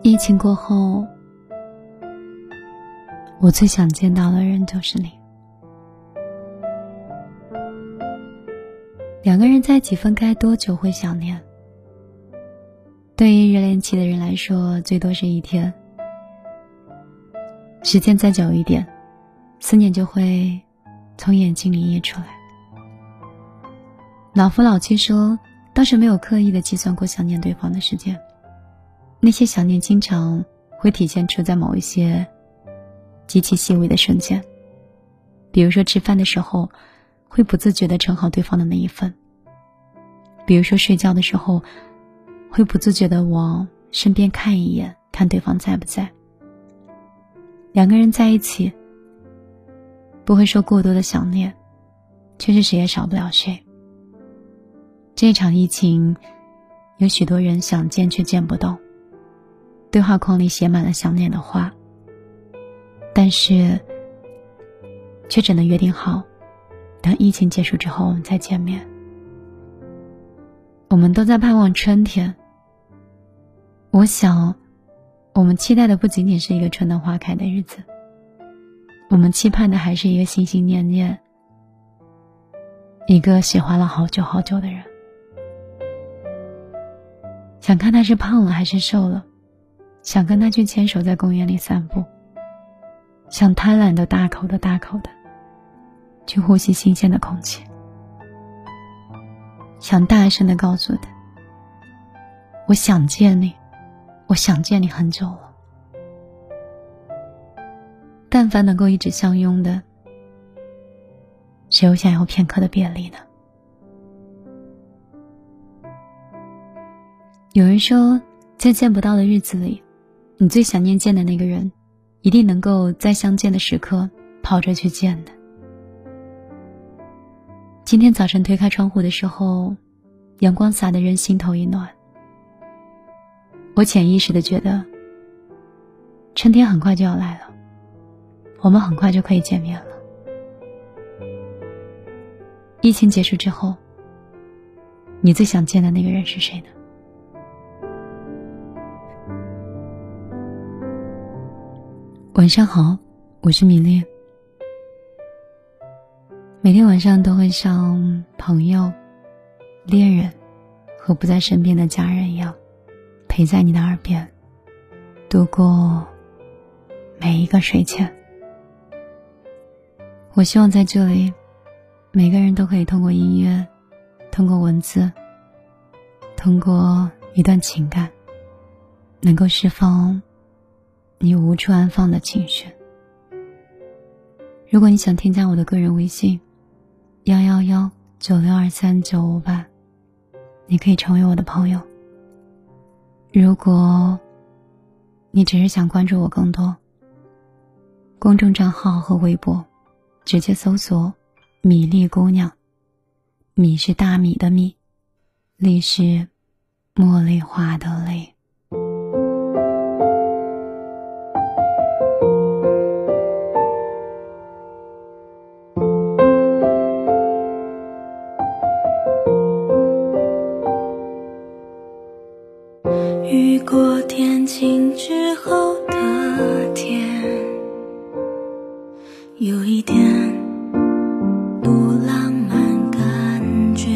疫情过后，我最想见到的人就是你。两个人在一起分开多久会想念？对于热恋期的人来说，最多是1天。时间再久一点，思念就会从眼睛里溢出来。老夫老妻说，当时没有刻意的计算过想念对方的时间，那些想念经常会体现出在某一些极其细微的瞬间，比如说吃饭的时候会不自觉地盛好对方的那一份，比如说睡觉的时候会不自觉地往身边看一眼，看对方在不在。两个人在一起不会说过多的想念，却是谁也少不了谁。这场疫情有许多人想见却见不到，对话框里写满了想念的话，但是却只能约定好等疫情结束之后我们再见面。我们都在盼望春天，我想我们期待的不仅仅是一个春暖花开的日子，我们期盼的还是一个心心念念，一个喜欢了好久好久的人。想看他是胖了还是瘦了，想跟他去牵手在公园里散步，想贪婪的大口的去呼吸新鲜的空气，想大声的告诉他，我想见你，我想见你很久了。但凡能够一直相拥的，谁又想要片刻的别离呢？有人说，在见不到的日子里，你最想念见的那个人，一定能够在相见的时刻跑着去见的。今天早晨推开窗户的时候，阳光洒得人心头一暖。我潜意识地觉得，春天很快就要来了，我们很快就可以见面了。疫情结束之后，你最想见的那个人是谁呢？晚上好，我是米粒。每天晚上都会像朋友、恋人和不在身边的家人一样，陪在你的耳边，度过每一个睡前。我希望在这里，每个人都可以通过音乐，通过文字，通过一段情感，能够释放你无处安放的情绪。如果你想添加我的个人微信11196239588，你可以成为我的朋友。如果你只是想关注我更多，公众账号和微博直接搜索米粒姑娘，米是大米的米，粒是茉莉花的粒。 雨过天晴之后的天，有一点不浪漫感觉，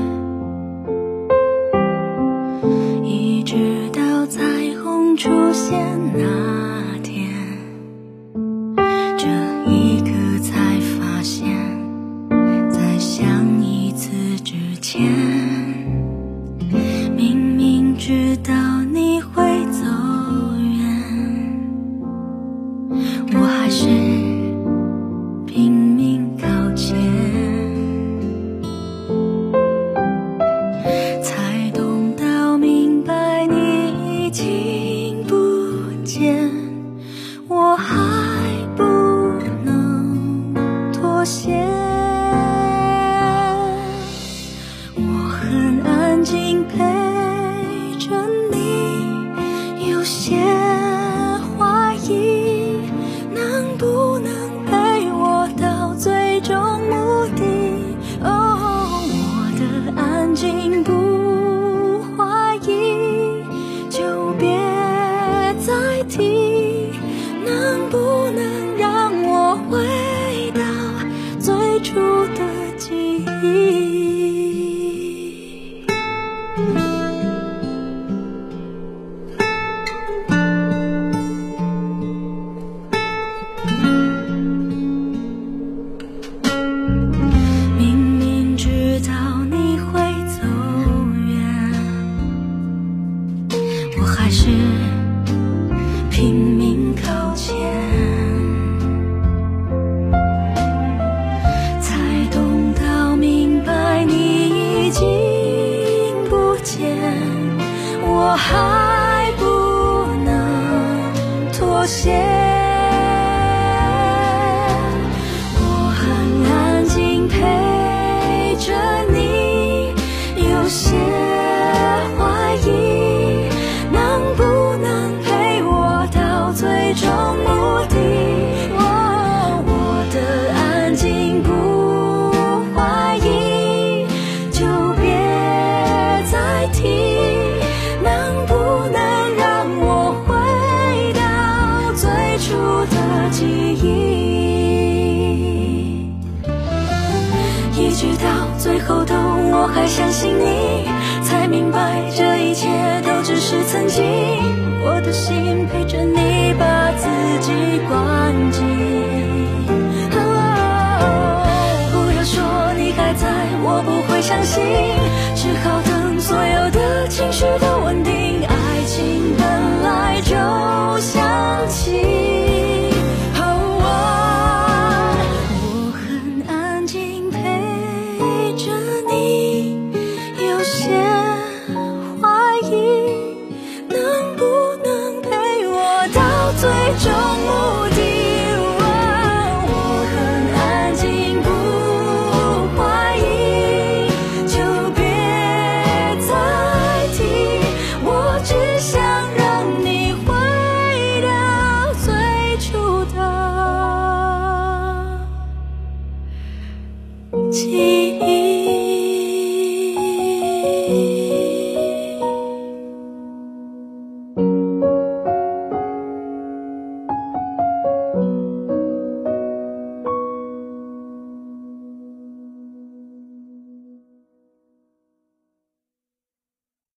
一直到彩虹出现那天，这一刻才发现，在相一次之前，明明知道你会走远，我还是拼命靠前，才懂到明白你已经不见，我还不能妥协。我很安静陪着你， 还是拼命靠前，才懂到明白你已经不见，我还不能妥协。最后的我还相信你，才明白这一切都只是曾经。